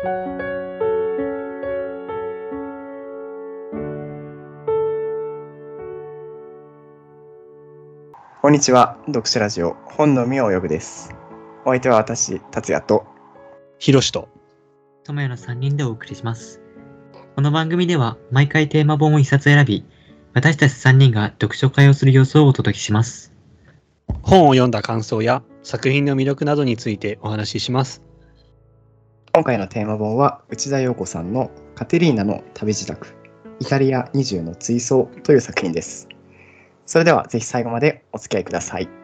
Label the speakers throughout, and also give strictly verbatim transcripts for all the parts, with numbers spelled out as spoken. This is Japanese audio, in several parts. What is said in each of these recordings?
Speaker 1: こんにちは。読書ラジオ本の実を呼ぶです。お相手は私、達也と
Speaker 2: ひろしと
Speaker 3: ともやのさんにんでお送りします。この番組では毎回テーマ本を一冊選び、私たちさんにんが読書会をする様子をお届けします。
Speaker 2: 本を読んだ感想や作品の魅力などについてお話しします。
Speaker 1: 今回のテーマ本は内田洋子さんのカテリーナの旅支度、イタリアにじゅうの追走という作品です。それではぜひ最後までお付き合いください。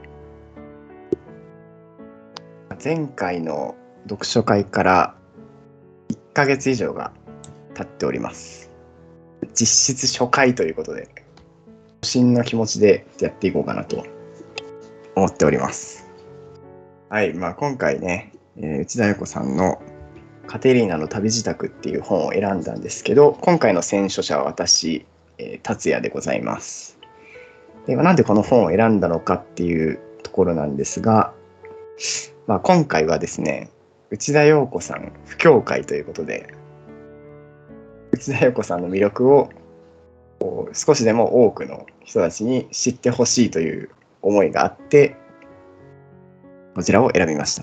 Speaker 1: 前回の読書会からいっかげつ以上が経っております。実質初回ということで、初心の気持ちでやっていこうかなと思っております。はい、まあ今回ね、えー、内田洋子さんのカテリーナの旅支度っていう本を選んだんですけど、今回の選書者は私、えー、達也でございます。で、なんでこの本を選んだのかっていうところなんですが、まあ、今回はですね、内田洋子さん布教会ということで、内田洋子さんの魅力をこう少しでも多くの人たちに知ってほしいという思いがあって、こちらを選びました。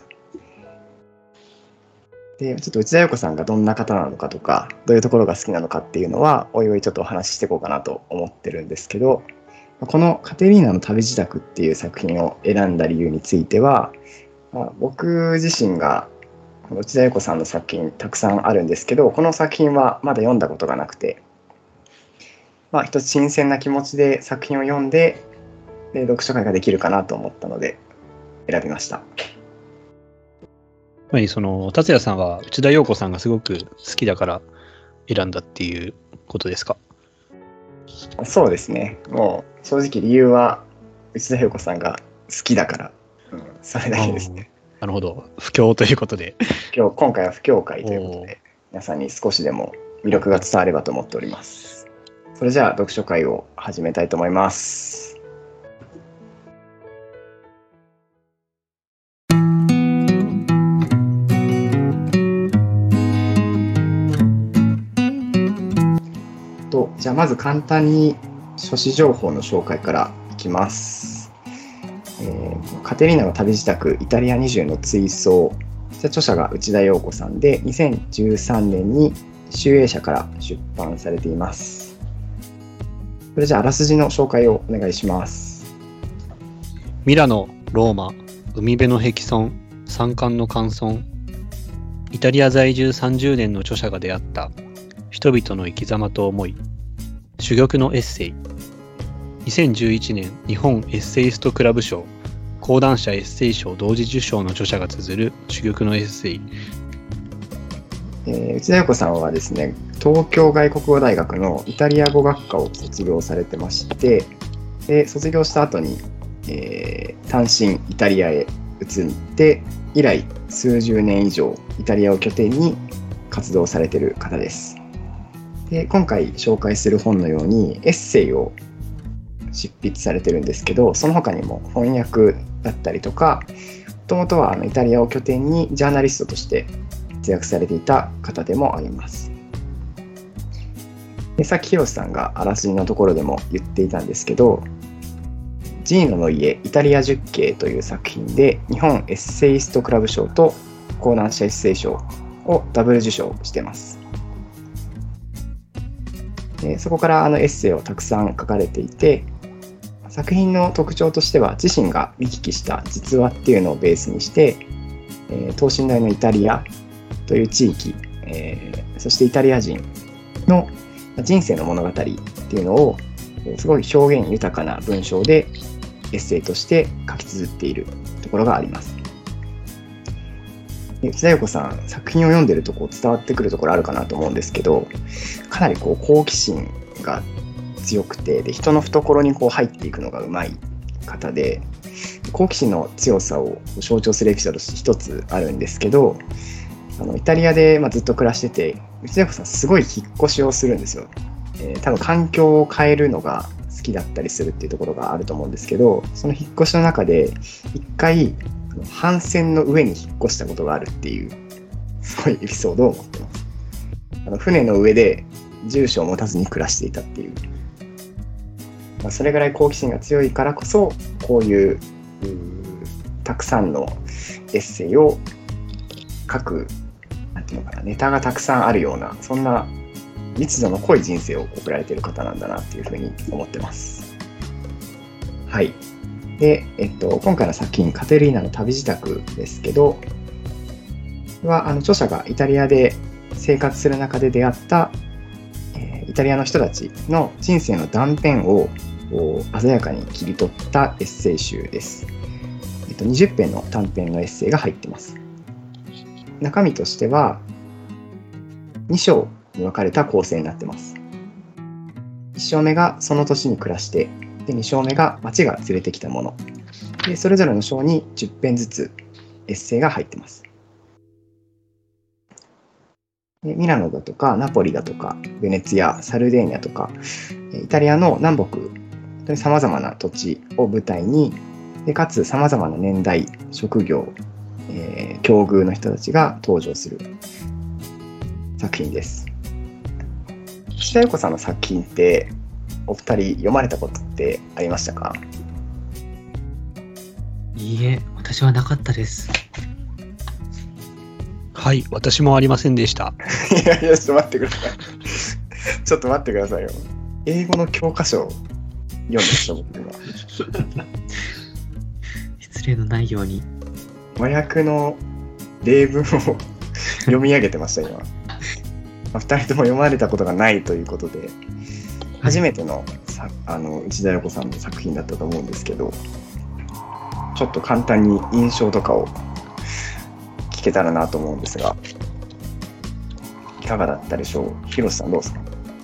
Speaker 1: で、ちょっと内田洋子さんがどんな方なのかとか、どういうところが好きなのかっていうのは、おいおいちょっとお話ししていこうかなと思ってるんですけど、このカテリーナの旅支度っていう作品を選んだ理由については、まあ、僕自身が内田洋子さんの作品たくさんあるんですけど、この作品はまだ読んだことがなくて、まあ、一つ新鮮な気持ちで作品を読んで、で読書会ができるかなと思ったので選びました。
Speaker 2: やっぱりその達也さんは内田洋子さんがすごく好きだから選んだっていうことですか？
Speaker 1: そうですね。もう正直理由は内田洋子さんが好きだから、うん、それだけですね。
Speaker 2: なるほど。布教ということで。
Speaker 1: 今日今回は布教会ということで、皆さんに少しでも魅力が伝わればと思っております。それじゃあ読書会を始めたいと思います。とじゃあまず簡単に書誌情報の紹介からいきます。えー、カテリーナの旅支度イタリアにじゅうの追走、著者が内田洋子さんでにせんじゅうさんねんに集英社から出版されています。それじゃああらすじの紹介をお願いします。
Speaker 2: ミラノ、ローマ、海辺の壁村、山間の寒村、イタリア在住さんじゅうねんの著者が出会った人々の生き様と思い、珠玉のエッセイ。にせんじゅういちねん日本エッセイストクラブ賞講談社エッセイ賞同時受賞の著者が綴る珠玉のエッセイ。
Speaker 1: えー、内田洋子さんはですね、東京外国語大学のイタリア語学科を卒業されてまして、で卒業した後に、えー、単身イタリアへ移って以来数十年以上イタリアを拠点に活動されている方です。で今回紹介する本のようにエッセイを執筆されてるんですけど、その他にも翻訳だったりとか、もともとはあのイタリアを拠点にジャーナリストとして活躍されていた方でもあります。でさっきひろしさんがあらすじのところでも言っていたんですけど、ジーノの家イタリア十景という作品で日本エッセイストクラブ賞と講談社エッセイ賞をダブル受賞しています。でそこからあのエッセイをたくさん書かれていて、作品の特徴としては自身が見聞きした実話っていうのをベースにして、えー、等身大のイタリアという地域、えー、そしてイタリア人の人生の物語っていうのをすごい表現豊かな文章でエッセイとして書き綴っているところがあります。内田洋子さん、作品を読んでるとこう伝わってくるところあるかなと思うんですけど、かなりこう好奇心が強くて、で人の懐にこう入っていくのがうまい方で、好奇心の強さを象徴するエピソードとして一つあるんですけど、あのイタリアでまあずっと暮らしてて、内田洋子さんすごい引っ越しをするんですよ。えー、多分環境を変えるのが好きだったりするっていうところがあると思うんですけど、その引っ越しの中で一回帆船の上に引っ越したことがあるっていうすごいエピソードを持ってます。あの船の上で住所を持たずに暮らしていたっていう、まあ、それぐらい好奇心が強いからこそこういう、うたくさんのエッセイを書く、なんていうのかな、ネタがたくさんあるような、そんな密度の濃い人生を送られている方なんだなっていうふうに思ってます。はい。で、えっと、今回の作品、カテリーナの旅支度ですけど、はあの著者がイタリアで生活する中で出会った、えー、イタリアの人たちの人生の断片を鮮やかに切り取ったエッセイ集です。えっと、にじゅっぺんの短編のエッセイが入っています。中身としてはに章に分かれた構成になっています。いち章目がその年に暮らして、でに章目が街が連れてきたもので、それぞれの章にじゅっぺんずつエッセイが入っています。でミラノだとかナポリだとかベネツィア、サルデーニャとかイタリアの南北さまざまな土地を舞台に、でかつさまざまな年代、職業、えー、境遇の人たちが登場する作品です。岸田由子さんの作品ってお二人読まれたことってありましたか？
Speaker 3: いいえ、私はなかったです。
Speaker 2: はい、私もありませんでした。
Speaker 1: いやいや、ちょっと待ってください。ちょっと待ってくださいよ。英語の教科書を読んでしょ、僕は。
Speaker 3: 失礼のないように。
Speaker 1: 麻薬の例文を読み上げてました、今。まあ、ふたりとも読まれたことがないということで、初めてのさあの内田由子さんの作品だったと思うんですけど、ちょっと簡単に印象とかを聞けたらなと思うんですが、いかがだったでしょう。広瀬さんどうですか？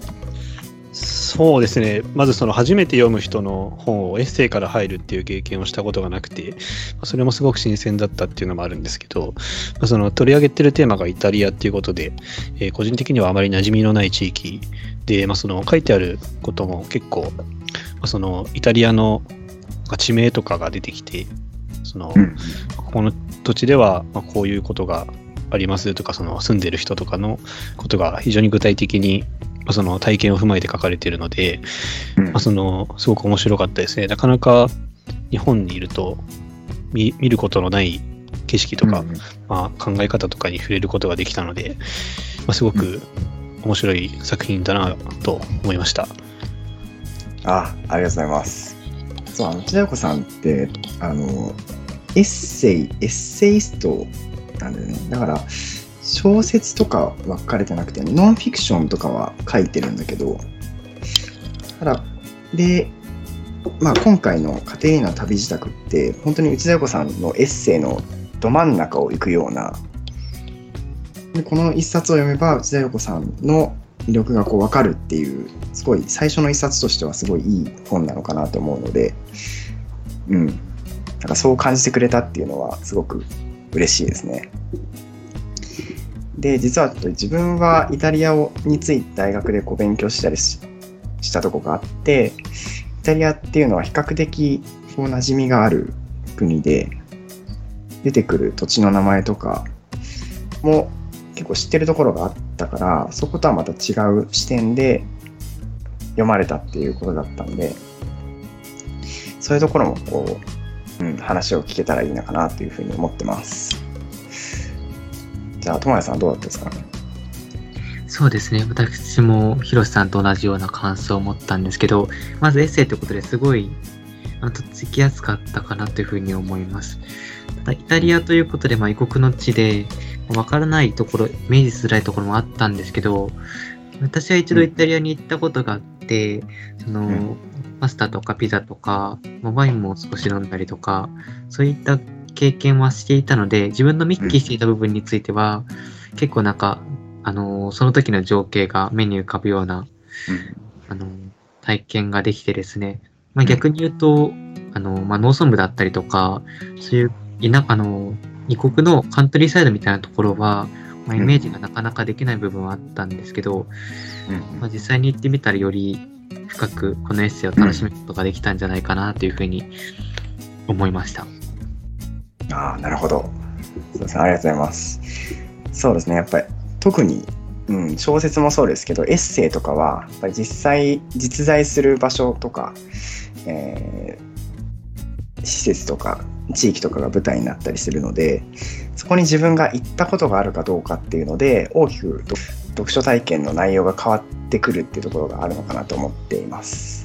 Speaker 2: そうですね、まずその初めて読む人の本をエッセイから入るっていう経験をしたことがなくて、それもすごく新鮮だったっていうのもあるんですけど、その取り上げてるテーマがイタリアっていうことで、えー、個人的にはあまり馴染みのない地域で、まあ、その書いてあることも結構、まあ、そのイタリアの地名とかが出てきて、その、うん、ここの土地ではこういうことがありますとか、その住んでる人とかのことが非常に具体的にその体験を踏まえて書かれているので、うんまあ、そのすごく面白かったですね。なかなか日本にいると 見, 見ることのない景色とか、うんまあ、考え方とかに触れることができたので、まあ、すごく面白い作品だなと思いました。
Speaker 1: あ、ありがとうございます。そう、あの内田由子さんってあのエッセイエッセイストなんだよね。だから小説とかは書かれてなくて、ノンフィクションとかは書いてるんだけど、ただで、まあ、今回のカテリーナの旅支度って本当に内田由子さんのエッセイのど真ん中を行くような、でこの一冊を読めば内田由子さんの魅力がこう分かるっていう、すごい最初の一冊としてはすごいいい本なのかなと思うので、うん、なんかそう感じてくれたっていうのはすごく嬉しいですね。で、実はちょっと自分はイタリアをについて大学でこう勉強したり し, したとこがあって、イタリアっていうのは比較的こう馴染みがある国で、出てくる土地の名前とかも結構知ってるところがあったから、そことはまた違う視点で読まれたっていうことだったんで、そういうところもこう、うん、話を聞けたらいいのかなというふうに思ってます。じゃあ、友也さんはどうだったですかね？
Speaker 3: そうですね、私も広瀬さんと同じような感想を持ったんですけど、まずエッセイということですごいとっつきやすかったかなというふうに思います。ただイタリアということで、まあ、異国の地で分からないところ、イメージしづらいところもあったんですけど、私は一度イタリアに行ったことがあって、うん、その、うん、パスタとかピザとかワインも少し飲んだりとか、そういった経験はしていたので、自分の見聞きしていた部分については、うん、結構なんか、あのー、その時の情景が目に浮かぶような、うん、あのー、体験ができてですね、まあ、逆に言うと、あのーまあ、農村部だったりとか、そういう田あのー、異国のカントリーサイドみたいなところは、まあ、イメージがなかなかできない部分はあったんですけど、うんまあ、実際に行ってみたらより深くこのエッセイを楽しむことができたんじゃないかなというふうに思いました。
Speaker 1: ああ、なるほど。そうですね、ありがとうございます。 そうですね、やっぱり特に、うん、小説もそうですけど、エッセイとかはやっぱり実際実在する場所とか、えー、施設とか地域とかが舞台になったりするので、そこに自分が行ったことがあるかどうかっていうので大きく読書体験の内容が変わってくるっていうところがあるのかなと思っています。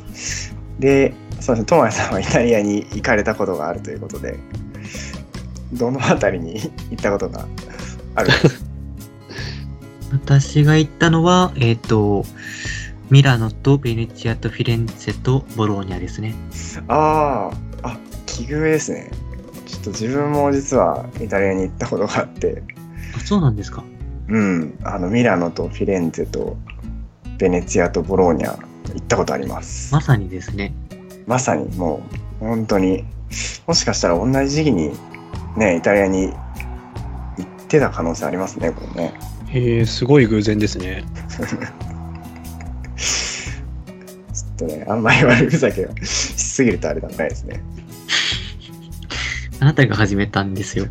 Speaker 1: で、そうですね、友也さんはイタリアに行かれたことがあるということで、どのあたりに行ったことがあるんですか？
Speaker 3: 私が行ったのは、えっと、ミラノとベネチアとフィレンツェとボローニャですね。
Speaker 1: ああ、あ、奇遇ですね。ちょっと自分も実はイタリアに行ったことがあって、
Speaker 3: あ、そうなんですか。
Speaker 1: うん、あのミラノとフィレンツェとベネチアとボローニャ行ったことあります。
Speaker 3: まさにですね。
Speaker 1: まさにもう本当に、もしかしたら同じ時期にね、イタリアに行ってた可能性ありますね、これね。
Speaker 2: へえ、すごい偶然ですね。
Speaker 1: ちょっとね、あんまり悪ふざけをしすぎるとあれだったですね。
Speaker 3: あなたが始めたんですよ。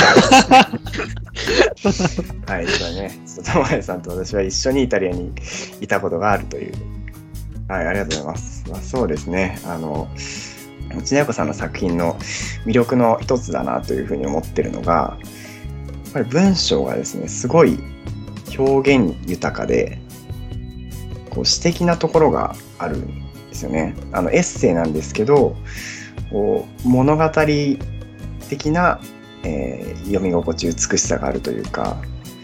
Speaker 1: はい、じゃあね、ちょっと友也さんと私は一緒にイタリアにいたことがあるという。はい、ありがとうございます。まあ、そうですね、あの、内田子さんの作品の魅力の一つだなというふうに思ってるのが、やっぱり文章がですね、すごい表現豊かで、こう詩的なところがあるんですよね。あのエッセイなんですけど、こう物語的な、えー、読み心地、美しさがあるというか、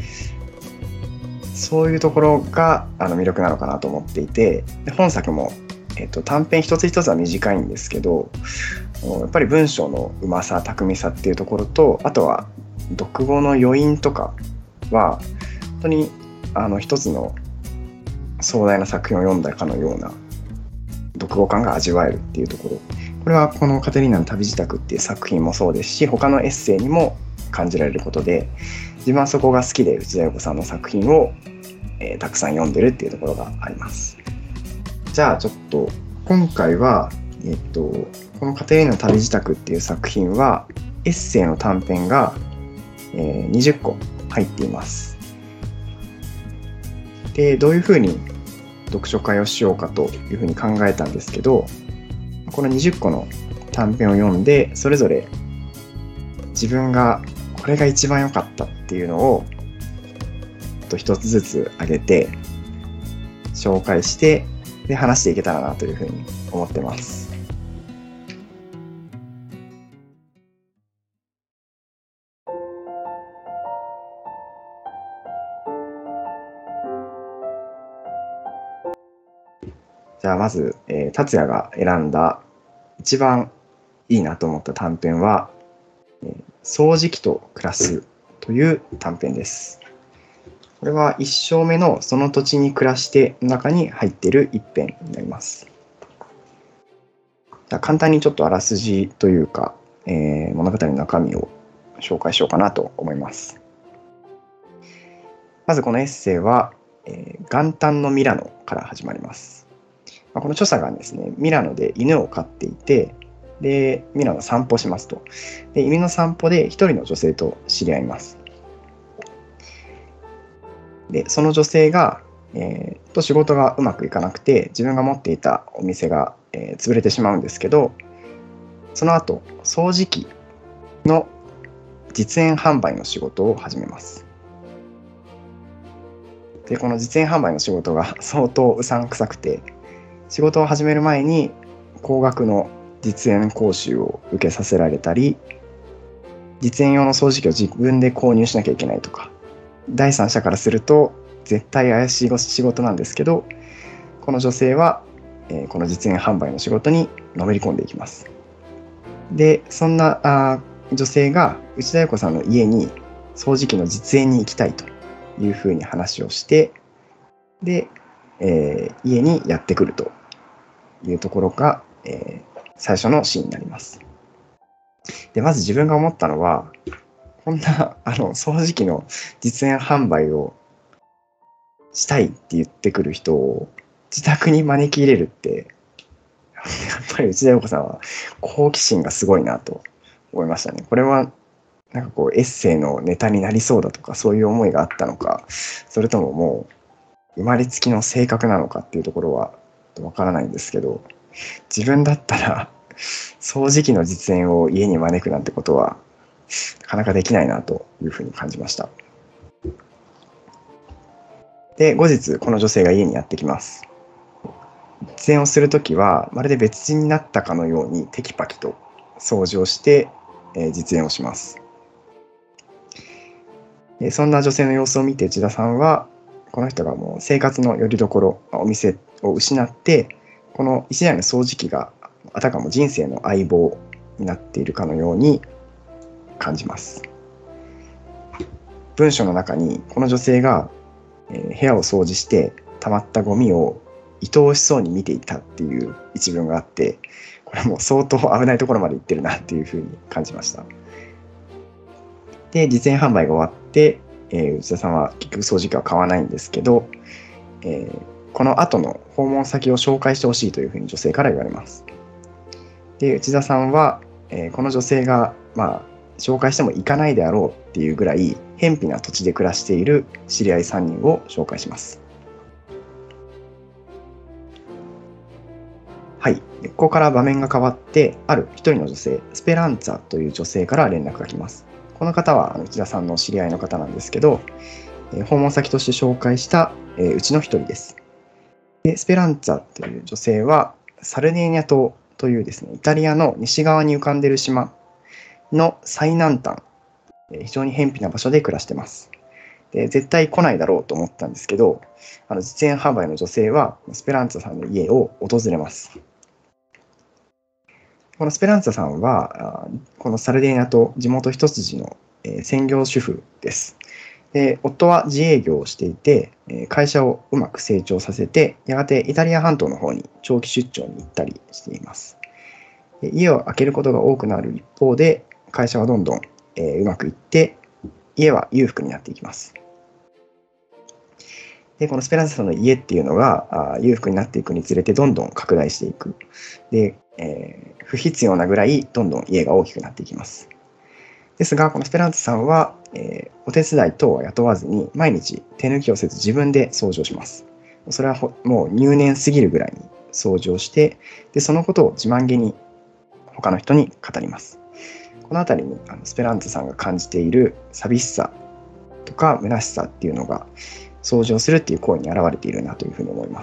Speaker 1: そういうところがあの魅力なのかなと思っていて、で本作も、えーと、短編一つ一つは短いんですけど、やっぱり文章のうまさ、巧みさっていうところと、あとは読語の余韻とかは本当にあの一つの壮大な作品を読んだかのような読語感が味わえるっていうところ、これはこのカテリーナの旅支度っていう作品もそうですし、他のエッセイにも感じられることで、自分はそこが好きで内田洋子さんの作品を、えー、たくさん読んでるっていうところがあります。じゃあちょっと今回は、えっと、このカテリーナの旅支度っていう作品はエッセイの短編が、えー、にじゅっこ入っています。で、どういうふうに読書会をしようかというふうに考えたんですけど、このにじゅっこの短編を読んで、それぞれ自分がこれが一番良かったっていうのを一つずつ挙げて紹介して、で話していけたらなというふうに思ってます。じゃあまず、えー、達也が選んだ一番いいなと思った短編は、えー、掃除機と暮らすという短編です。これは一章目のその土地に暮らしての中に入っている一編になります。じゃあ簡単にちょっとあらすじというか、えー、物語の中身を紹介しようかなと思います。まずこのエッセイは、えー、元旦のミラノから始まります。この著者がですね、ミラノで犬を飼っていて、で、ミラノを散歩しますと。で、犬の散歩で一人の女性と知り合います。で、その女性が、えー、と仕事がうまくいかなくて、自分が持っていたお店が、えー、潰れてしまうんですけど、その後、掃除機の実演販売の仕事を始めます。で、この実演販売の仕事が相当うさんくさくて、仕事を始める前に高額の実演講習を受けさせられたり、実演用の掃除機を自分で購入しなきゃいけないとか、第三者からすると絶対怪しい仕事なんですけど、この女性は、えー、この実演販売の仕事にのめり込んでいきます。で、そんなあ女性が内田洋子さんの家に掃除機の実演に行きたいというふうに話をして、で、えー、家にやってくるというところが、えー、最初のシーンになります。で、まず自分が思ったのは、こんなあの掃除機の実演販売をしたいって言ってくる人を自宅に招き入れるって、やっぱり内田洋子さんは好奇心がすごいなと思いましたね。これはなんかこうエッセイのネタになりそうだとかそういう思いがあったのか、それとももう生まれつきの性格なのかっていうところはわからないんですけど、自分だったら掃除機の実演を家に招くなんてことはなかなかできないなというふうに感じました。で、後日この女性が家にやってきます。実演をするときはまるで別人になったかのようにテキパキと掃除をして、えー、実演をします。でそんな女性の様子を見て内田さんは、この人がもう生活の拠り所、お店を失って、この一台の掃除機があたかも人生の相棒になっているかのように感じます。文章の中にこの女性が、えー、部屋を掃除して溜まったゴミを愛おしそうに見ていたっていう一文があって、これも相当危ないところまで行ってるなっていうふうに感じました。で、実演販売が終わって、えー、内田さんは結局掃除機は買わないんですけど、えー、この後の訪問先を紹介してほしいというふうに女性から言われます。で、内田さんは、えー、この女性が、まあ、紹介しても行かないであろうっていうぐらい偏僻な土地で暮らしている知り合いさんにんを紹介します。はい、ここから場面が変わって、ある一人の女性、スペランツァという女性から連絡が来ます。この方は内田さんの知り合いの方なんですけど、えー、訪問先として紹介した、えー、うちの一人です。で、スペランツァという女性はサルデーニャ島というですね、イタリアの西側に浮かんでいる島の最南端、えー、非常に偏僻な場所で暮らしています。で、絶対来ないだろうと思ったんですけど、あの実演販売の女性はスペランツァさんの家を訪れます。このスペランツァさんは、このサルデーニャ島地元一筋の専業主婦です。で、夫は自営業をしていて、会社をうまく成長させて、やがてイタリア半島の方に長期出張に行ったりしています。で、家を空けることが多くなる一方で、会社はどんどんうまくいって、家は裕福になっていきます。で、このスペランツァさんの家っていうのが裕福になっていくにつれてどんどん拡大していく。で、えー、不必要なぐらいどんどん家が大きくなっていきます。ですが、このスペランツァさんは、えー、お手伝い等は雇わずに毎日手抜きをせず自分で掃除をします。それはもう入念すぎるぐらいに掃除をして、でそのことを自慢げに他の人に語ります。このあたりにあのスペランツァさんが感じている寂しさとか虚しさっていうのが掃除をするっていう行為に表れているなというふうに思います。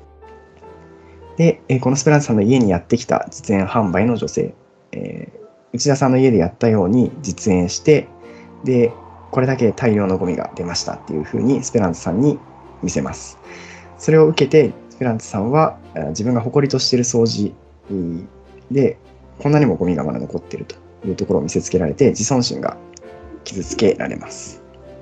Speaker 1: で、このスペランツァさんの家にやってきた実演販売の女性、えー、内田さんの家でやったように実演して、で、これだけ大量のゴミが出ましたっていうふうにスペランツァさんに見せます。それを受けて、スペランツァさんは自分が誇りとしている掃除で、こんなにもゴミがまだ残っているというところを見せつけられて、自尊心が傷つけられます。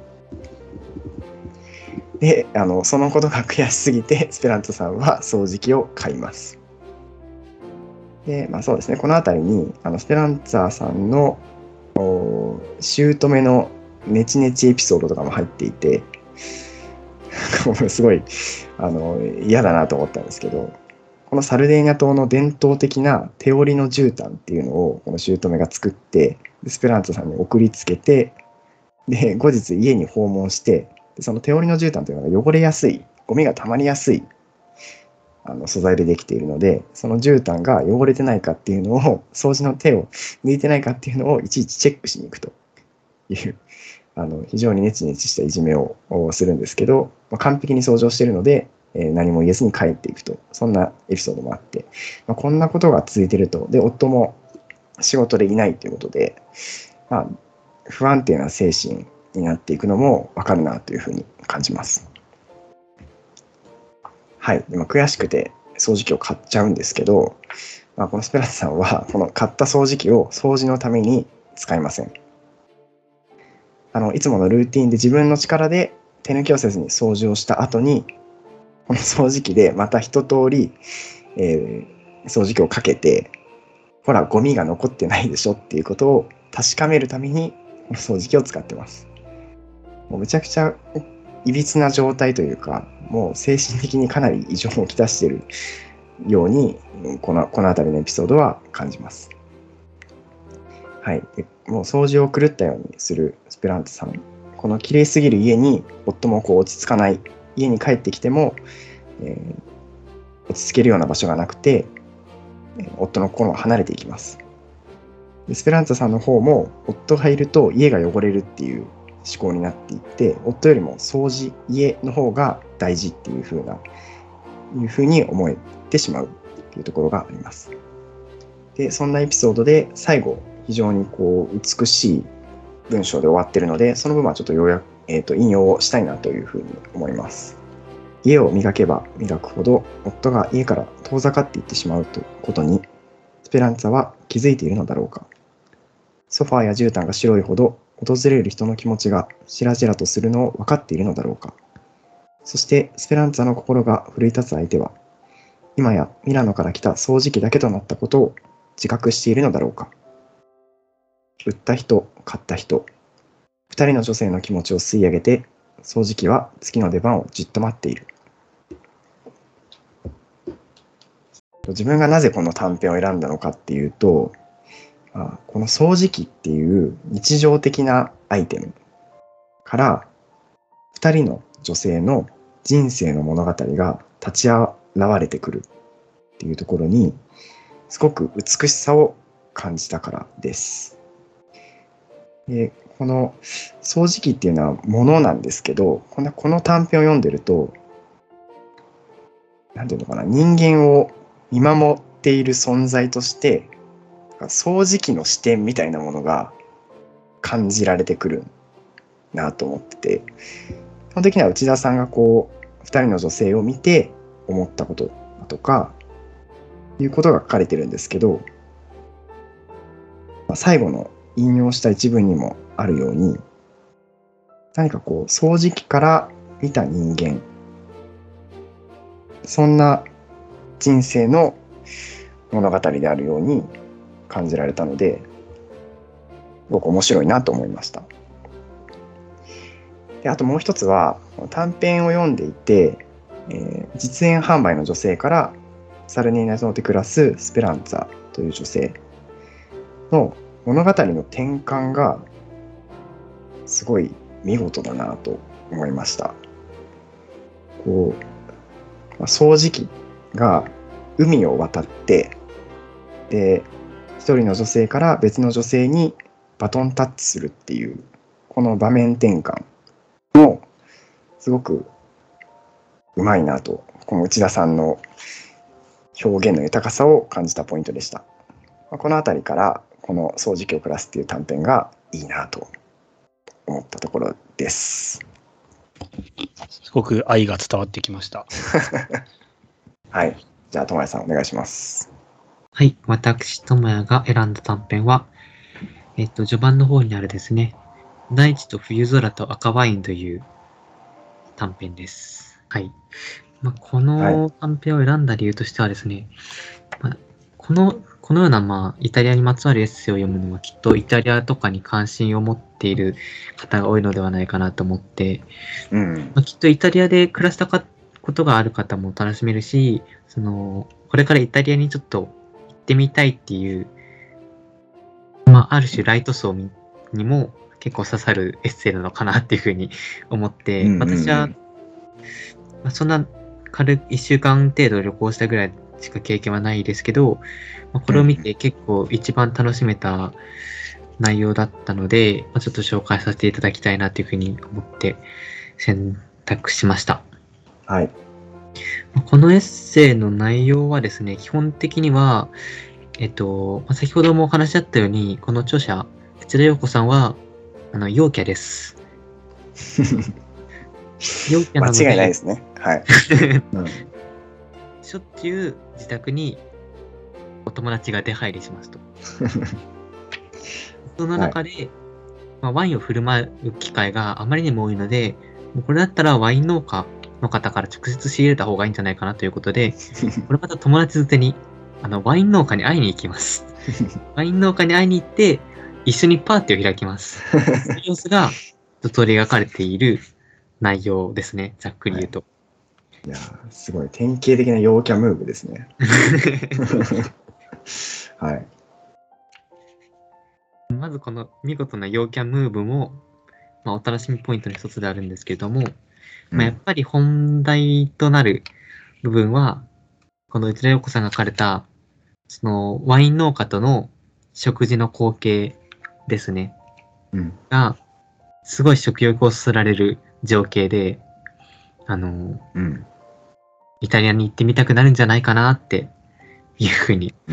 Speaker 1: で、あのそのことが悔しすぎてスペランツァさんは掃除機を買います。で、まあそうですね、このあたりにあのスペランツァさんの姑のネチネチエピソードとかも入っていてすごいあの嫌だなと思ったんですけど、このサルデーニャ島の伝統的な手織りの絨毯っていうのをこの姑が作ってスペランツァさんに送りつけて、で後日家に訪問して、その手織りの絨毯というのが汚れやすい、ゴミが溜まりやすいあの素材でできているので、その絨毯が汚れてないかっていうのを、掃除の手を抜いてないかっていうのをいちいちチェックしに行くというあの非常にネチネチしたいじめをするんですけど、まあ、完璧に掃除をしているので、えー、何も言えずに帰っていくと、そんなエピソードもあって、まあ、こんなことが続いていると。で、夫も仕事でいないということで、まあ、不安定な精神になっていくのも分かるなというふうに感じます。はい、今悔しくて掃除機を買っちゃうんですけど、まあ、このスペランツさんはこの買った掃除機を掃除のために使いません。あのいつものルーティンで自分の力で手抜きをせずに掃除をした後に、この掃除機でまた一通り、えー、掃除機をかけて、ほらゴミが残ってないでしょっていうことを確かめるためにこの掃除機を使ってます。もうめちゃくちゃいびつな状態というか、もう精神的にかなり異常をきたしているようにこのこの辺りのエピソードは感じます。 はい、でもう掃除を狂ったようにするスペランツさん。この綺麗すぎる家に夫もこう落ち着かない。家に帰ってきても、えー、落ち着けるような場所がなくて、えー、夫の心は離れていきます。でスペランツァさんの方も夫がいると家が汚れるっていう思考になっていって、夫よりも掃除、家の方が大事っていう風ないう風に思えてしまうっていうところがあります。でそんなエピソードで最後非常にこう美しい文章で終わってるので、その部分はちょっと要約、えーと、引用をしたいなというふうに思います。家を磨けば磨くほど夫が家から遠ざかっていってしまうということにスペランツァは気づいているのだろうか。ソファーや絨毯が白いほど訪れる人の気持ちがしらじらとするのを分かっているのだろうか。そしてスペランツァの心が奮い立つ相手は今やミラノから来た掃除機だけとなったことを自覚しているのだろうか。売った人、買った人、二人の女性の気持ちを吸い上げて、掃除機は次の出番をじっと待っている。自分がなぜこの短編を選んだのかっていうと、この掃除機っていう日常的なアイテムから二人の女性の人生の物語が立ち現れてくるっていうところにすごく美しさを感じたからです。でこの掃除機っていうのはものなんですけど、この、この短編を読んでると、なんていうのかな、人間を見守っている存在として掃除機の視点みたいなものが感じられてくるなと思ってて、基本的には内田さんがこう二人の女性を見て思ったこととかいうことが書かれてるんですけど、最後の引用した一文にもあるように、何かこう掃除機から見た人間、そんな人生の物語であるように感じられたので、すごく面白いなと思いました。であともう一つは、短編を読んでいて、えー、実演販売の女性からサルネーナ島で暮らすスペランツァという女性の物語の転換がすごい見事だなと思いました。こう、掃除機が海を渡って、で、一人の女性から別の女性にバトンタッチするっていう、この場面転換もすごくうまいなと、この内田さんの表現の豊かさを感じたポイントでした。このあたりからこの掃除機を暮らすっていう短編がいいなと思ったところです。
Speaker 2: すごく愛が伝わってきました。
Speaker 1: はい。じゃあ、ともやさんお願いします。
Speaker 3: はい。私、ともやが選んだ短編は、えっと、序盤の方にあるですね、大地と冬空と赤ワインという短編です。はい。まあ、この短編を選んだ理由としてはですね、はい、まあ、この、このような、まあ、イタリアにまつわるエッセイを読むのはきっとイタリアとかに関心を持っている方が多いのではないかなと思って、
Speaker 1: うん
Speaker 3: まあ、きっとイタリアで暮らしたことがある方も楽しめるし、その、これからイタリアにちょっと行ってみたいっていう、まあ、ある種ライト層にも結構刺さるエッセイなのかなっていうふうに思って、うんうんうん、私は、まあ、そんな軽くいっしゅうかん程度旅行したぐらいしか経験はないですけど、まあ、これを見て結構一番楽しめた内容だったので、まあ、ちょっと紹介させていただきたいなというふうに思って選択しました。
Speaker 1: はい。
Speaker 3: このエッセイの内容はですね、基本的には、えっと、先ほどもお話しあったように、この著者、内田洋子さんは、あの、陽キャです。陽キャなので
Speaker 1: 間違いないですね。はい。うん、
Speaker 3: しょっちゅう自宅にお友達が出入りしますと。その中で、はい、まあ、ワインを振る舞う機会があまりにも多いので、もうこれだったらワイン農家の方から直接仕入れた方がいいんじゃないかなということで、これまた友達づてにあのワイン農家に会いに行きます。ワイン農家に会いに行って、一緒にパーティーを開きます。その様子が取り描かれている内容ですね、ざっくり言うと。
Speaker 1: はい、いやー、すごい典型的な陽キャムーブですね。はい。
Speaker 3: まずこの見事な陽キャムーブも、まあ、お楽しみポイントの一つであるんですけれども、まあ、やっぱり本題となる部分は、この内田洋子さんが書かれた、そのワイン農家との食事の光景ですね。
Speaker 1: うん、
Speaker 3: が、すごい食欲をそそられる情景で、あの、
Speaker 1: うん、
Speaker 3: イタリアに行ってみたくなるんじゃないかなっていうふうに。
Speaker 1: うん、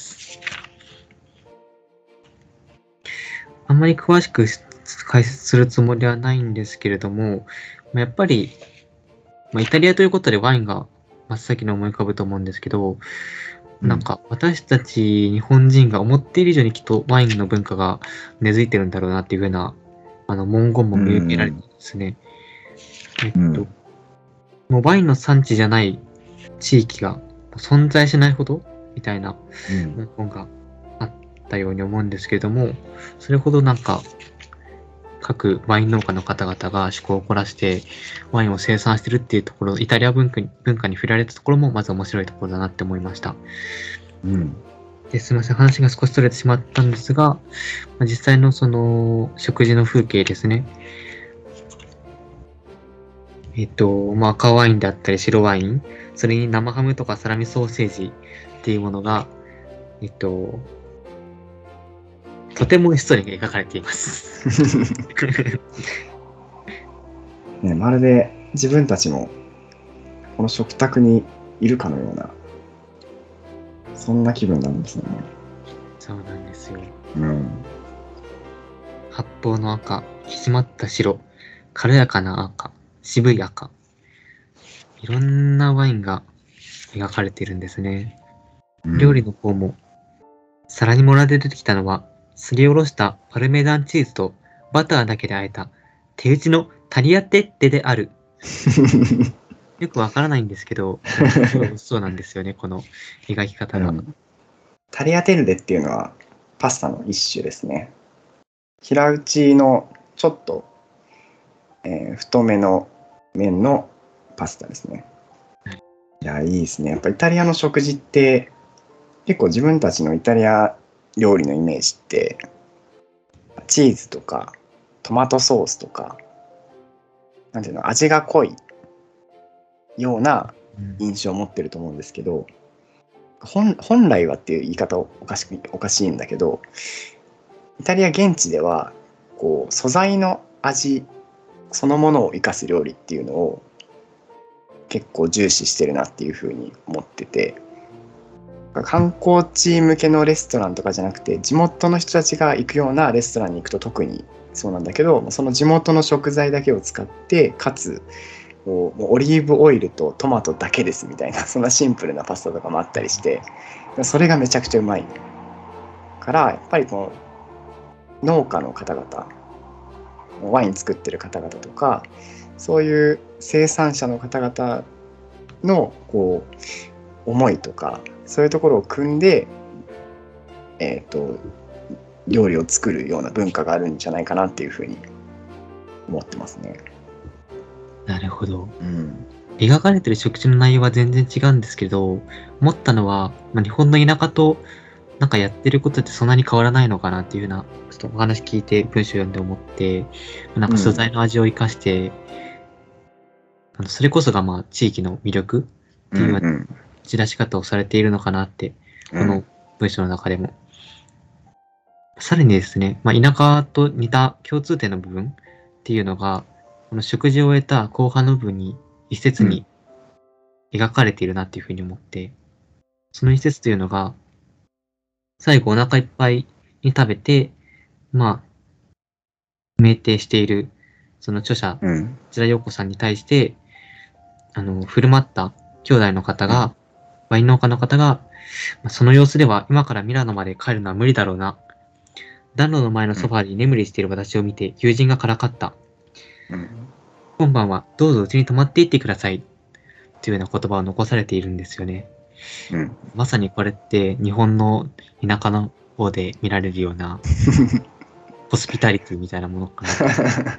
Speaker 3: あんまり詳しく解説するつもりはないんですけれども、まあ、やっぱり、まあ、イタリアということでワインが真っ先に思い浮かぶと思うんですけど、
Speaker 1: うん、
Speaker 3: なんか私たち日本人が思っている以上にきっとワインの文化が根付いてるんだろうなっていうふうなあの文言も見受けられてですね、えっと、
Speaker 1: うん、
Speaker 3: もうワインの産地じゃない地域が存在しないほどみたいな
Speaker 1: うん
Speaker 3: 文言があったように思うんですけれども、それほどなんか各ワイン農家の方々が趣向を凝らしてワインを生産してるっていうところ、イタリア文化に文化に触れられたところもまず面白いところだなって思いました。
Speaker 1: うん、
Speaker 3: ですみません、話が少しそれてしまったんですが、まあ、実際のその食事の風景ですね。えっと、まあ、赤ワインであったり白ワイン、それに生ハムとかサラミソーセージっていうものが、えっと、とても美味しそうに描かれています。
Speaker 1: ね、まるで自分たちもこの食卓にいるかのような、そんな気分なんですよね。
Speaker 3: そうなんですよ。
Speaker 1: うん、
Speaker 3: 発泡の赤、引き締まった白、軽やかな赤、渋い赤。いろんなワインが描かれているんですね。
Speaker 1: うん、
Speaker 3: 料理の方も、皿に盛られて出てきたのは、すりおろしたパルメザンチーズとバターだけで和えた手打ちのタリアテッレである。よくわからないんですけど、すごい美味しそうなんですよね、この描き方が。
Speaker 1: うん、タリアテッレっていうのはパスタの一種ですね。平打ちのちょっと、えー、太めの麺のパスタですね。いや、いいですね。やっぱイタリアの食事って結構自分たちのイタリア料理のイメージってチーズとかトマトソースとかなんていうの、味が濃いような印象を持ってると思うんですけど、本, 本来はっていう言い方おかしくおかしいんだけど、イタリア現地ではこう素材の味そのものを生かす料理っていうのを結構重視してるなっていうふうに思ってて、観光地向けのレストランとかじゃなくて地元の人たちが行くようなレストランに行くと特にそうなんだけど、その地元の食材だけを使ってかつもうオリーブオイルとトマトだけですみたいな、そんなシンプルなパスタとかもあったりして、それがめちゃくちゃうまいからやっぱりこの農家の方々、ワイン作ってる方々とかそういう生産者の方々のこう思いとかそういうところを組んで、えーと、料理を作るような文化があるんじゃないかなっていうふうに思ってますね。
Speaker 3: なるほど。
Speaker 1: うん、
Speaker 3: 描かれてる食事の内容は全然違うんですけど、思ったのは、まあ、日本の田舎となんかやってることってそんなに変わらないのかなっていうような、ちょっとお話聞いて文章読んで思って、なんか素材の味を生かして、うん、あのそれこそがまあ地域の魅力っていうような打ち出し方をされているのかなって、うんうん、この文章の中でも。さらにですね、まあ、田舎と似た共通点の部分っていうのが、この食事を終えた後半の部分に一節に描かれているなっていうふうに思って、うん、その一節というのが、最後お腹いっぱいに食べて、まあ、酩酊している、その著者、内田洋子さんに対して、あの、振る舞った兄弟の方が、うん、ワイン農家の方が、その様子では今からミラノまで帰るのは無理だろうな。暖炉の前のソファーに眠りしている私を見て、友人がからかった。うん、今晩はどうぞうちに泊まっていってください。というような言葉を残されているんですよね。うん、まさにこれって日本の田舎の方で見られるようなホスピタリティみたいなものかな。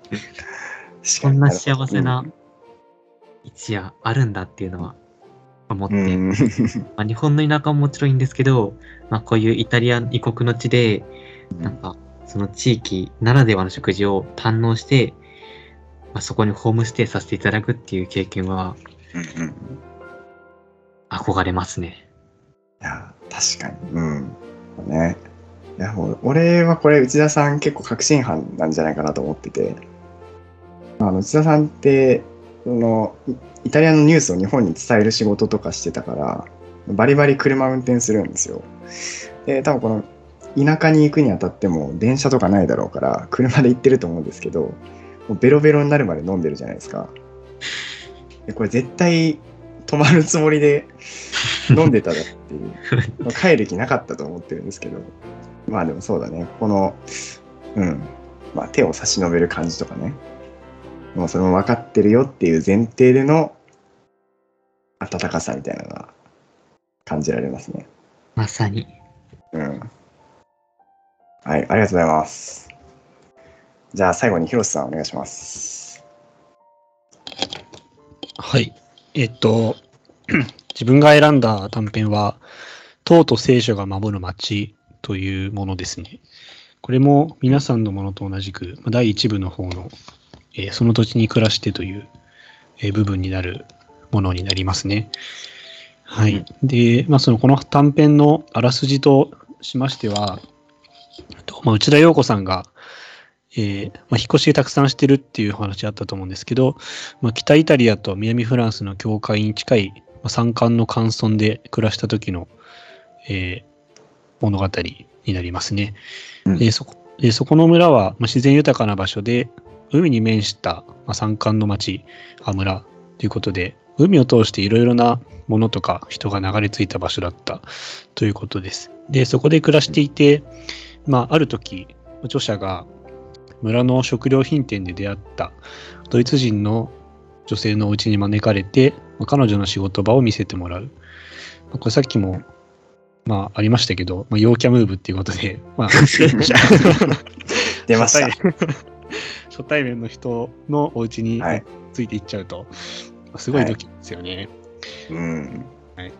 Speaker 3: そんな幸せな一夜あるんだっていうのは思って、
Speaker 1: うん。
Speaker 3: まあ、日本の田舎ももちろんいいんですけど、まあ、こういうイタリア異国の地で、なんかその地域ならではの食事を堪能して、まあ、そこにホームステイさせていただくっていう経験は
Speaker 1: うんうん。い
Speaker 3: 憧れますね。
Speaker 1: や、確かに。うん。ね。いや、もう俺はこれ、内田さん結構確信犯なんじゃないかなと思ってて、あの内田さんって、その、イイタリアのニュースを日本に伝える仕事とかしてたから、バリバリ車運転するんですよ。で、多分この、田舎に行くにあたっても電車とかないだろうから車で行ってると思うんですけど、もうベロベロになるまで飲んでるじゃないですか。でこれ絶対泊まるつもりで飲んでただっていう、まあ帰る気なかったと思ってるんですけど、まあでもそうだね、この、うん、まあ手を差し伸べる感じとかね、もうそれも分かってるよっていう前提での温かさみたいなのが感じられますね。
Speaker 3: まさに。
Speaker 1: うん。はい、ありがとうございます。じゃあ最後に広瀬さんお願いします。
Speaker 2: はい。えっと、自分が選んだ短編は、塔と聖書が守る街というものですね。これも皆さんのものと同じく、まあだいいち部の方の、えーその土地に暮らしてという、えー部分になるものになりますね。はい。で、まあ、そのこの短編のあらすじとしましては、とまあ、内田洋子さんが、えーまあ、引っ越したくさんしてるっていうお話あったと思うんですけど、まあ、北イタリアと南フランスの境界に近い、まあ、山間の寒村で暮らした時の、えー物語になりますね。
Speaker 1: うん
Speaker 2: えーそこえーそこの村は、まあ、自然豊かな場所で、海に面した、まあ、山間の町、あ村ということで、海を通していろいろなものとか人が流れ着いた場所だったということです。で、そこで暮らしていて、まあ、ある時、著者が村の食料品店で出会ったドイツ人の女性のお家に招かれて、まあ彼女の仕事場を見せてもらう。まあこれさっきも、まあ、ありましたけど、まあ、陽キャムーブっていうことで、まあ、
Speaker 1: 出ました。
Speaker 2: 初対初対面の人のお家に
Speaker 1: はい
Speaker 2: ついていっちゃうと、すごいドキですよね。
Speaker 1: うん。
Speaker 2: はい。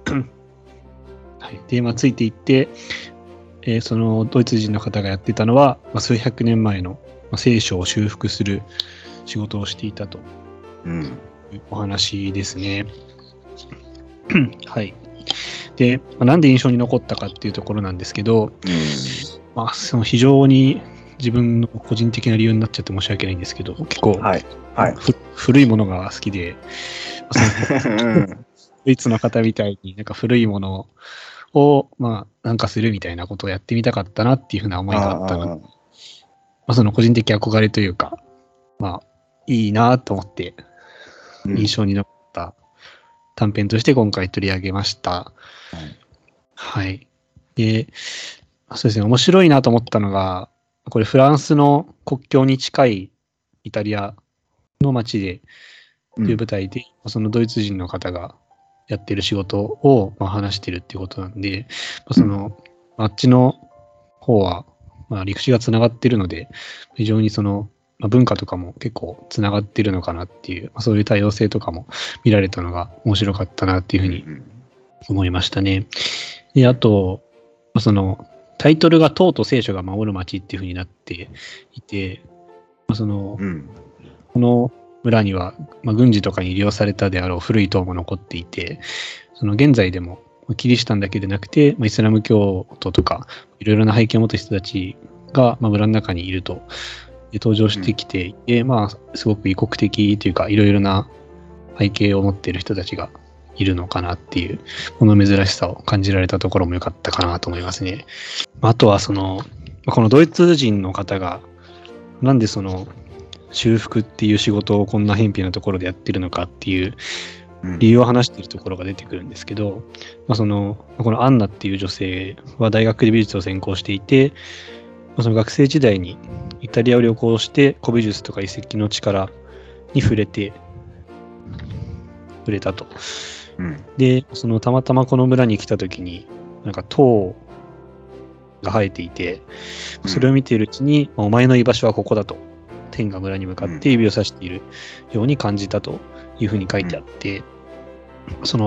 Speaker 2: で、まあ、ついていって、えーそのドイツ人の方がやってたのは、まあ、数百年前の、まあ、聖書を修復する仕事をしていたと
Speaker 1: うん。
Speaker 2: いうお話ですね。はい。で、まあ、なんで印象に残ったかっていうところなんですけど、
Speaker 1: うん。
Speaker 2: まあ、その非常に自分の個人的な理由になっちゃって申し訳ないんですけど、結構、
Speaker 1: はい。はい。
Speaker 2: ふ古いものが好きで、まあその
Speaker 1: うん。
Speaker 2: ドイツの方みたいになんか古いものを、まあ、なんかするみたいなことをやってみたかったなっていうふうな思いがあったので、
Speaker 1: あ
Speaker 2: まあ、その個人的憧れというか、まあ、いいなと思って
Speaker 1: ー
Speaker 2: 印象に残った短編として今回取り上げました。はい。で、そうですね、面白いなと思ったのが、これフランスの国境に近いイタリアの街で、
Speaker 1: うん
Speaker 2: という舞台で、そのドイツ人の方がやってる仕事を、まあ、話してるっていうことなんで、まあ、その、あっちの方は、まあ、陸地がつながってるので、非常にその、まあ、文化とかも結構つながってるのかなっていう、まあ、そういう多様性とかも見られたのが面白かったなっていうふうに思いましたね。で、あと、まあ、その、タイトルが塔と聖書が守る街っていうふうになっていて、まあ、その、
Speaker 1: うん。
Speaker 2: この村には、まあ、軍事とかに利用されたであろう古い塔も残っていて、その現在でもキリシタンだけでなくて、まあ、イスラム教徒とかいろいろな背景を持った人たちが、まあ、村の中にいるとで登場してきていて、まあ、すごく異国的というかいろいろな背景を持っている人たちがいるのかなっていうこの珍しさを感じられたところも良かったかなと思いますね。あとはそのまあこのドイツ人の方がなんでその修復っていう仕事をこんな偏僻なところでやってるのかっていう
Speaker 1: うん
Speaker 2: 理由を話しているところが出てくるんですけど、まあ、そのこのアンナっていう女性は大学で美術を専攻していて、まあ、その学生時代にイタリアを旅行して古美術とか遺跡の力に触れて触れたと。
Speaker 1: うん
Speaker 2: で、そのたまたまこの村に来た時になんか塔が生えていて、それを見ているうちに、まあお前の居場所はここだと天が村に向かって指を指しているように感じたというふうに書いてあって、その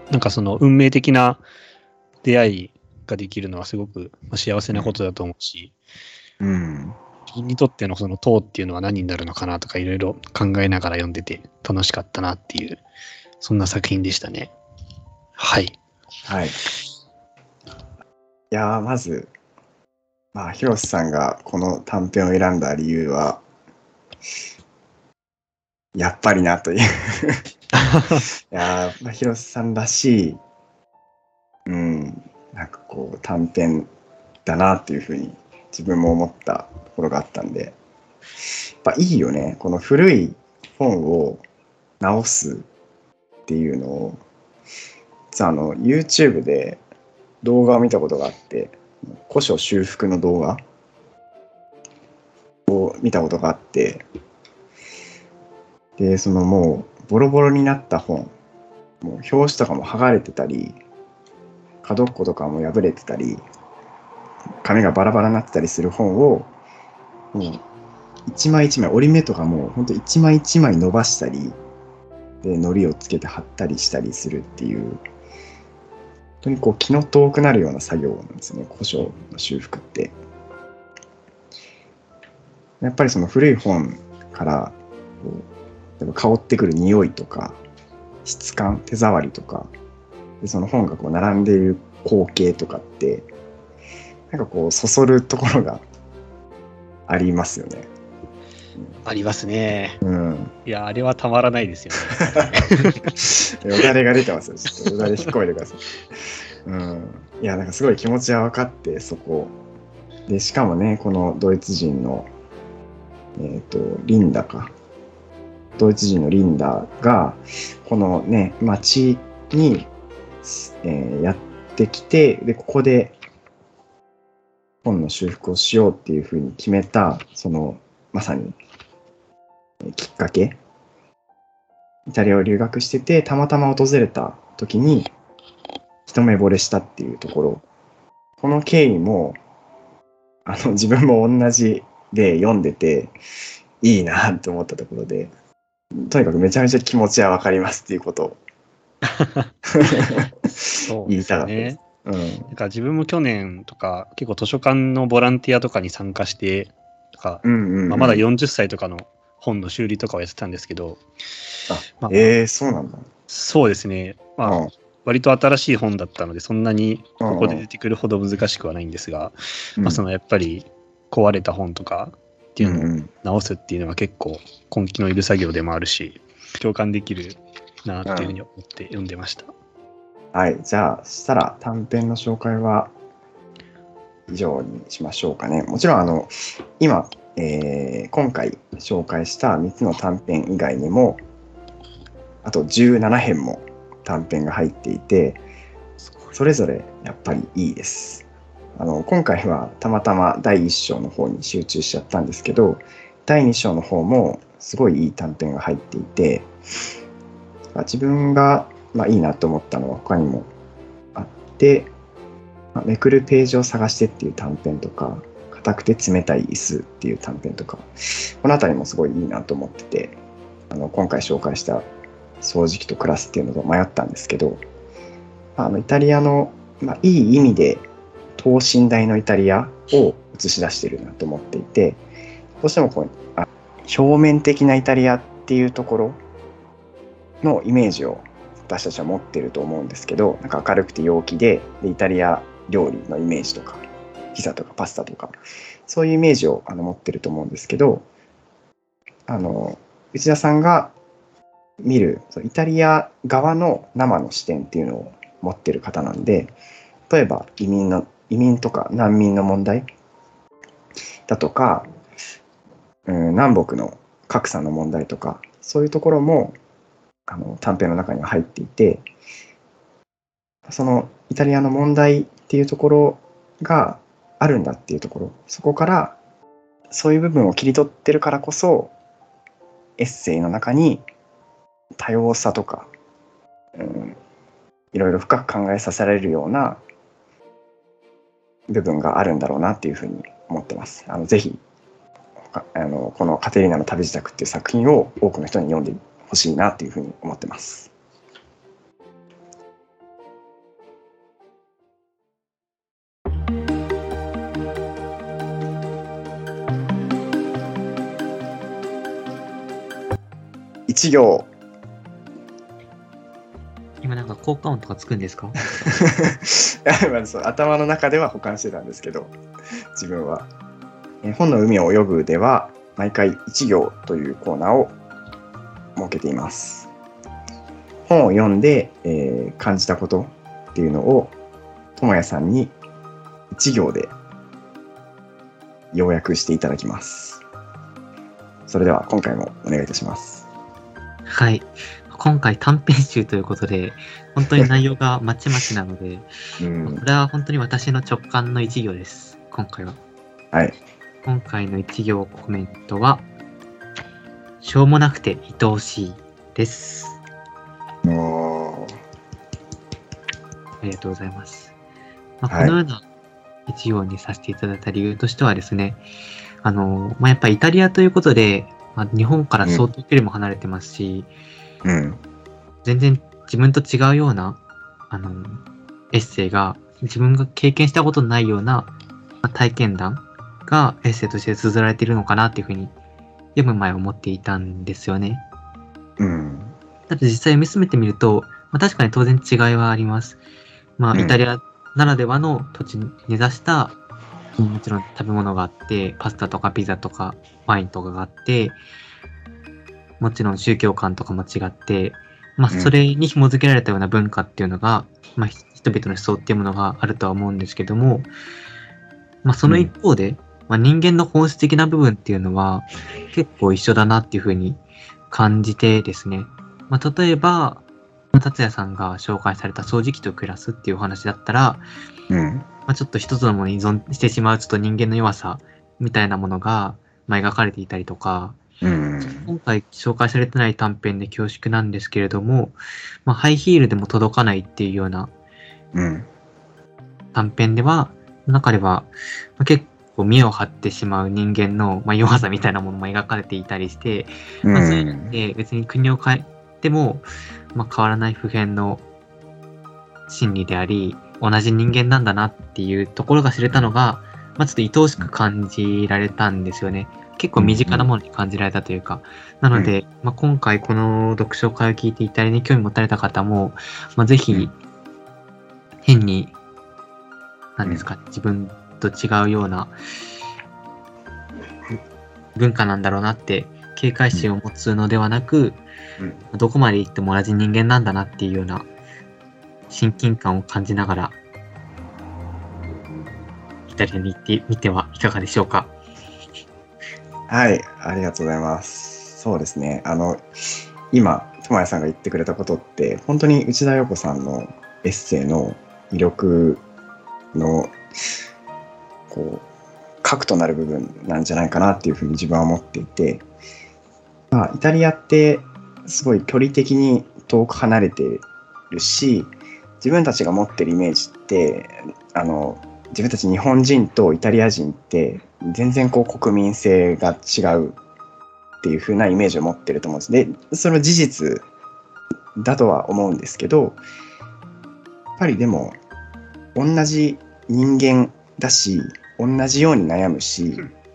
Speaker 2: なんかその運命的な出会いができるのはすごく幸せなことだと思うし、
Speaker 1: うん。
Speaker 2: 自分にとってのその塔っていうのは何になるのかなとかいろいろ考えながら読んでて楽しかったなっていう、そんな作品でしたね。はい。
Speaker 1: はい。いやー、まず、まあ、広瀬さんがこの短編を選んだ理由は、やっぱりなという。いやー、まあ、広瀬さんらしい、うん、なんかこう短編だなっていうふうに自分も思ったところがあったんで、やっぱいいよね。この古い本を直すっていうのを、実はあの YouTube で動画を見たことがあって、古書修復の動画を見たことがあって、で、そのもうボロボロになった本、もう表紙とかも剥がれてたり、角っことかも破れてたり、紙がバラバラになってたりする本を、もう一枚一枚、折り目とかもほんと一枚一枚伸ばしたり、で、糊をつけて貼ったりしたりするっていう、本当にこう気の遠くなるような作業なんですね、古書の修復って。やっぱりその古い本からこうやっぱ香ってくる匂いとか質感、手触りとかで、その本がこう並んでいる光景とかってなんかこうそそるところがありますよね。
Speaker 2: ありますね。
Speaker 1: うん。
Speaker 2: いや、あれはたまらないですよね。
Speaker 1: よだれが出てますよ。ちょっとよだれ引っ込めてください。うん。いや、なんかすごい気持ちは分かって、そこで、しかもね、このドイツ人のえっとリンダか。ドイツ人のリンダがこのね町に、えー、やってきて、でここで本の修復をしようっていうふうに決めた、そのまさにきっかけ、イタリアを留学しててたまたま訪れた時に一目惚れしたっていうところ、この経緯もあの自分も同じで読んでていいなと思ったところで、とにかくめちゃめちゃ気持ちは分かりますっていうことを言いたかったです。うん、
Speaker 2: なんか自分も去年とか結構図書館のボランティアとかに参加してとか、うんうんうん、まあ、まだよんじゅっさいとかの本の修理とかをやってたんですけど、
Speaker 1: あ、まあ、えー、そうなんだ。
Speaker 2: そうですね、まあ、うん、割と新しい本だったのでそんなにここで出てくるほど難しくはないんですが、うん、まあ、そのやっぱり壊れた本とかっていうのを直すっていうのは結構根気のいる作業でもあるし、共感できるなっていうふうに思って読んでました。うん、
Speaker 1: はい、じゃあしたら短編の紹介は以上にしましょうかね。もちろんあの今、えー、今回紹介したみっつの短編以外にもあとじゅうななへんも短編が入っていて、それぞれやっぱりいいです。あの今回はたまたまだいいっ章の方に集中しちゃったんですけど、だいに章の方もすごいいい短編が入っていて、自分がまあいいなと思ったのは他にもあって、まあ、めくるページを探してっていう短編とか、硬くて冷たい椅子っていう短編とか、このあたりもすごいいいなと思ってて、あの今回紹介した掃除機と暮らすっていうのと迷ったんですけど、あのイタリアの、まあ、いい意味で等身大のイタリアを映し出してるなと思っていて、どうしてもこうあ表面的なイタリアっていうところのイメージを私たちは持ってると思うんですけど、なんか明るくて陽気で、でイタリア料理のイメージとかピザとかパスタとかそういうイメージをあの持ってると思うんですけど、あの内田さんが見るイタリア側の生の視点っていうのを持ってる方なんで、例えば移民の移民とか難民の問題だとか、うん、南北の格差の問題とか、そういうところもあの短編の中には入っていて、そのイタリアの問題っていうところがあるんだっていうところ、そこからそういう部分を切り取ってるからこそエッセイの中に多様さとか、うん、いろいろ深く考えさせられるような部分があるんだろうなっていうふうに思ってます。あのぜひあのこのカテリーナの旅支度っていう作品を多くの人に読んでほしいなっていうふうに思ってます。 ち行。
Speaker 3: 今なんか効果音とかつくんですか？
Speaker 1: いやまあそう頭の中では保管してたんですけど、自分は。え本の海を泳ぐでは、毎回いち行というコーナーを設けています。本を読んで、えー感じたことっていうのを、ともやさんにいち行で要約していただきます。それでは今回もお願いいたします。
Speaker 3: はい。今回短編集ということで、本当に内容がまちまちなので、
Speaker 1: うん
Speaker 3: これは本当に私の直感の一行です。今回は。
Speaker 1: はい。
Speaker 3: 今回の一行コメントは、しょうもなくて愛おしいです。
Speaker 1: おー
Speaker 3: ありがとうございます。まあ、
Speaker 1: はい
Speaker 3: このような一行にさせていただいた理由としてはですね、あの、まあ、やっぱりイタリアということで、まあ、日本から相当距離も離れてますし、
Speaker 1: うん。
Speaker 3: 全然自分と違うような、あの、エッセイが、自分が経験したことのないような、まあ体験談がエッセイとして綴られているのかなっていうふうに読む前思っていたんですよね。
Speaker 1: うん。
Speaker 3: だって実際読み進めてみると、まあ、確かに当然違いはあります。まあ、
Speaker 1: うん
Speaker 3: イタリアならではの土地に根ざした、もちろん食べ物があって、パスタとかピザとかワインとかがあって、もちろん宗教観とかも違って、まあ、
Speaker 1: うん
Speaker 3: それに紐づけられたような文化っていうのが、まあ、ひ人々の思想っていうものがあるとは思うんですけども、まあ、その一方で、まあ、人間の本質的な部分っていうのは結構一緒だなっていうふうに感じてですね。まあ、例えば、達也さんが紹介された掃除機と暮らすっていうお話だったら、
Speaker 1: うん。
Speaker 3: まあ、ちょっと一つのものに依存してしまうちょっと人間の弱さみたいなものが、まあ、描かれていたりとか、
Speaker 1: うん。
Speaker 3: 今回紹介されてない短編で恐縮なんですけれども、まあ、ハイヒールでも届かないっていうような
Speaker 1: うん。
Speaker 3: 短編では、中では、まあ、結構見栄を張ってしまう人間の、まあ、弱さみたいなものも描かれていたりして、
Speaker 1: うん。
Speaker 3: まあ、そういうので別に国を変えても、まあ、変わらない普遍の心理であり、同じ人間なんだなっていうところが知れたのが、まあ、ちょっと愛おしく感じられたんですよね。結構身近なものに感じられたというか。なので、まあ、今回この読書会を聞いてイタリアに興味持たれた方も、まあ、ぜひ、変に、何ですか、自分と違うような文化なんだろうなって警戒心を持つのではなく、
Speaker 1: うん。
Speaker 3: どこまで行っても同じ人間なんだなっていうような親近感を感じながら、イタリアに行ってみてはいかがでしょうか。
Speaker 1: はい、ありがとうございます。そうですね。あの、今、ともやさんが言ってくれたことって、本当に内田洋子さんのエッセイの魅力の、こう、核となる部分なんじゃないかなっていうふうに自分は思っていて、まあ、イタリアってすごい距離的に遠く離れてるし、自分たちが持ってるイメージって、あの、自分たち日本人とイタリア人って全然こう国民性が違うっていう風なイメージを持ってると思うんです。で、それは事実だとは思うんですけど、やっぱりでも同じ人間だし、同じように悩むし、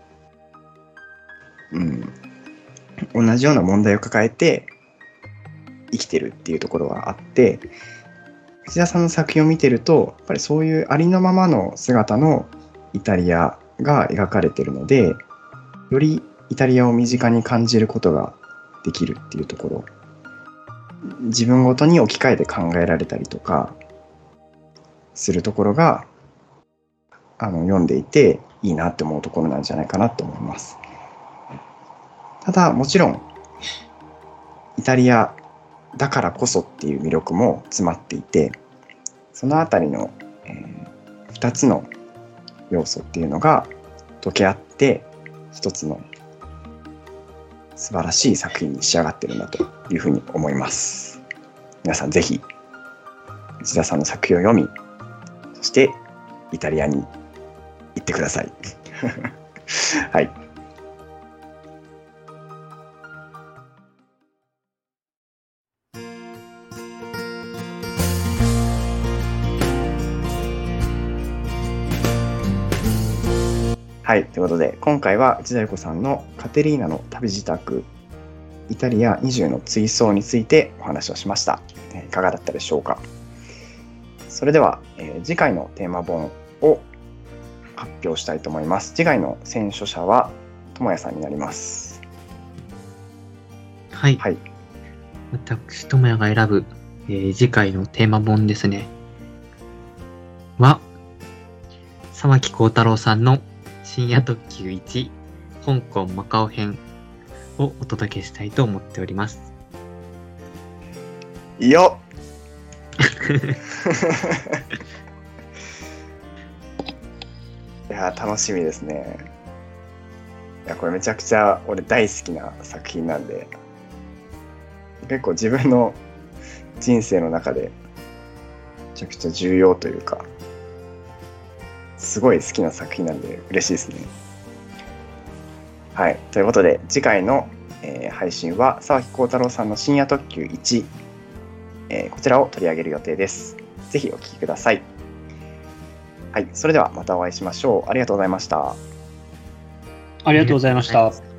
Speaker 1: うん、同じような問題を抱えて生きてるっていうところはあって、内田さんの作品を見てると、やっぱりそういうありのままの姿のイタリアが描かれてるので、よりイタリアを身近に感じることができるっていうところ、自分ごとに置き換えて考えられたりとかするところが、あの読んでいていいなって思うところなんじゃないかなと思います。ただもちろんイタリアだからこそっていう魅力も詰まっていて、そのあたりの、えー、ふたつの要素っていうのが溶け合って一つの素晴らしい作品に仕上がってるんだというふうに思います。皆さんぜひ内田さんの作品を読み、そしてイタリアに行ってください。はい。はい、ということで今回は内田裕子さんのカテリーナの旅支度イタリアにじゅうの追走についてお話をしました。いかがだったでしょうか。それでは、えー、次回のテーマ本を発表したいと思います。次回の選書者は智也さんになります。
Speaker 3: はい。
Speaker 1: はい、
Speaker 3: 私、智也が選ぶ、えー、次回のテーマ本ですね。は、沢木耕太郎さんの深夜特急いち香港マカオ編をお届けしたいと思っております。
Speaker 1: いいよいや楽しみですね。いやこれめちゃくちゃ俺大好きな作品なんで、結構自分の人生の中でめちゃくちゃ重要というか、すごい好きな作品なんで嬉しいですね。はい、ということで次回の、えー、配信は沢木耕太郎さんの深夜特急いち、えー、こちらを取り上げる予定です。ぜひお聞きください。はい、それではまたお会いしましょう。ありがとうございました。
Speaker 2: ありがとうございました。
Speaker 3: はい